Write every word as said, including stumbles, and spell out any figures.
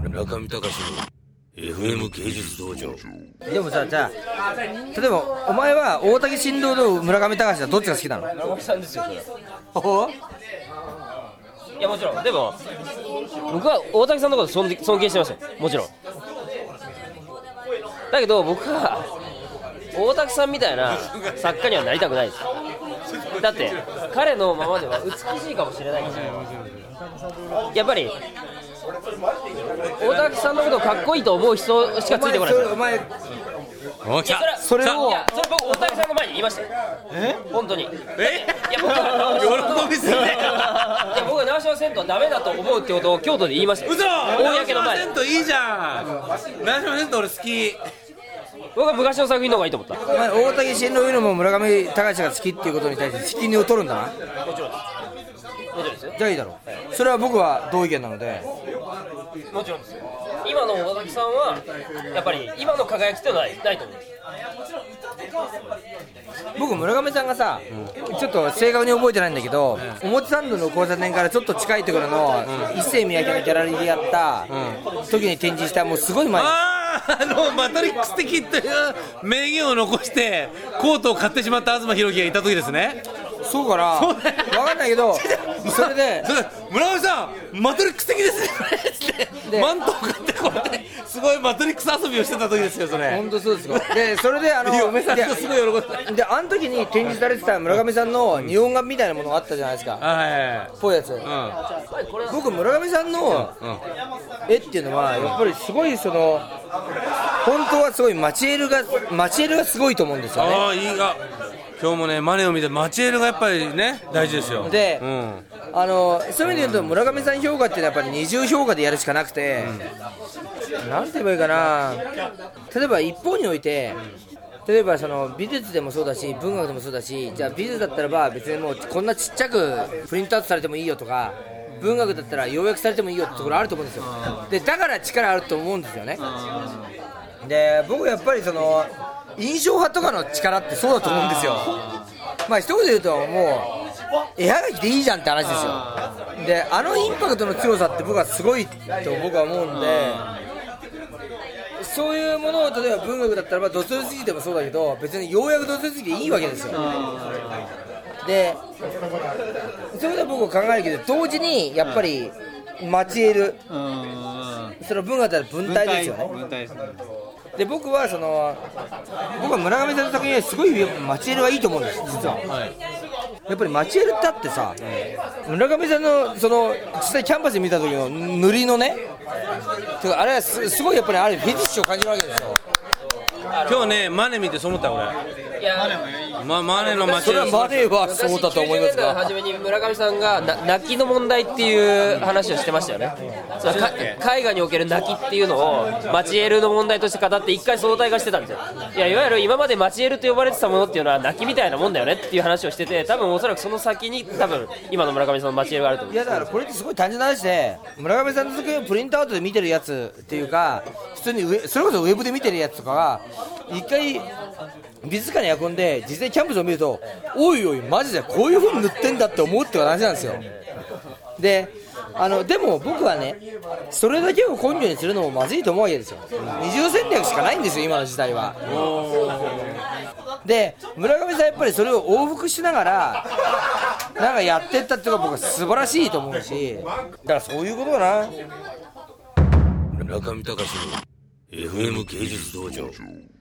中見隆の エフエム 芸術道場。 でもさ、じゃあ例えばお前は大竹新郎と村上隆はどっちが好きなの？ 村上さんですよそれ。 おいやもちろん、でも僕は大竹さんのこと尊尊敬してますよ、もちろん。だけど僕は大竹さんみたいな作家にはなりたくないです。だって彼のままでは美しいかもしれないけど、やっぱり大竹さんのことをかっこいいと思う人しかついてこないですよ。 お前お来た。 それをいや、それ僕大竹さんの前に言いましたよ。 え本当に。いえや僕は喜びすぎて。 いや僕は長島銭湯はダメだと思うってことを京都で言いましたよ。 嘘。 公の前で。 銭湯いいじゃん。長島銭湯俺好き。 僕は昔の作品の方がいいと思った。 お前大竹新郎よりも村上隆が好きっていうことに対して責任を取るんだな。 もちろんです。もちろんですよ。 じゃあいいだろう。それは僕は同意見なので。 もちろんですよ。今の大竹さんはやっぱり今の輝きってのはないないと思うんです。 僕村上さんがさ、うん、ちょっと正確に覚えてないんだけど、うん、表参道の交差点からちょっと近いところの、うん、一世三宅のギャラリーでやった、うん、時に展示したもうすごい前。 あーあのマトリックス的という名言を残してコートを買ってしまった東博樹がいた時ですね。 そうかな、分かんないけどそれでそれ村上さんマトリックス的ですねってマントを買ってこうやってすごいマトリックス遊びをしてた時ですよそれ。 本当そうですよ。でそれであの嫁さんとすごい喜んでであの時に展示されてた村上さんの日本画みたいなものがあったじゃないですか、 はいぽいやつ、うん、僕村上さんの絵っていうのはやっぱりすごいその本当はすごいマチエルがマチエルがすごいと思うんですよね。 ああいいが今日もねマネを見てマチエルがやっぱりね大事ですよ。 で、 うん、 あのそういう意味で言うと村上さん評価っていうのはやっぱり二重評価でやるしかなくて、うん、なんて言えばいいかな、例えば一方において、例えばその美術でもそうだし文学でもそうだし、じゃあ美術だったらば別にもうこんなちっちゃくプリントアウトされてもいいよとか、文学だったら要約されてもいいよってところあると思うんですよ。でだから力あると思うんですよね。で僕やっぱりその印象派とかの力ってそうだと思うんですよ。まあ一言で言うともう絵はがきでいいじゃんって話ですよ。であのインパクトの強さって僕はすごいと僕は思うんで、そういうものを例えば文学だったらばドストエフスキーでもそうだけど別に要約ドストエフスキーでいいわけですよ。でそれで僕は考えるけど同時にやっぱりマチエル、その文学だったら文体ですよね。文体ですね。で僕はその僕は村上さんの作品はすごいマチエルはいいと思うんです実は、はい、やっぱりマチエルってあってさ、うん、村上さんのその実際キャンパスで見た時の塗りのねてかあれは す, すごいやっぱりあれフェティッシュを感じるわけですよ。 今日ねマネ見てそう思った俺。いやマ, マネのマチエル、 それはマネはそうだと思いますが、 初めに村上さんがな泣きの問題っていう話をしてましたよね。そのか絵画における泣きっていうのをマチエルの問題として語って一回相対化してたんですよ。いやいわゆる今までマチエルと呼ばれてたものっていうのは泣きみたいなもんだよねっていう話をしてて、多分おそらくその先に多分今の村上さんのマチエルがあると思う。 いやだからこれってすごい単純な話で、村上さんの作品をプリントアウトで見てるやつっていうか普通にウェそれこそウェブで見てるやつとかが一回美術館に運んで実際キャンプスを見るとおいおいマジでこういう風に塗ってんだって思うって話なんですよ。であのでも僕はねそれだけを根拠にするのもまずいと思うわけですよ。二重戦略しかないんですよ今の時代は。で村上さんやっぱりそれを往復しながらなんかやってったっていうのが僕は素晴らしいと思うし、だからそういうことかな。 中見隆の エフエム 芸術道場。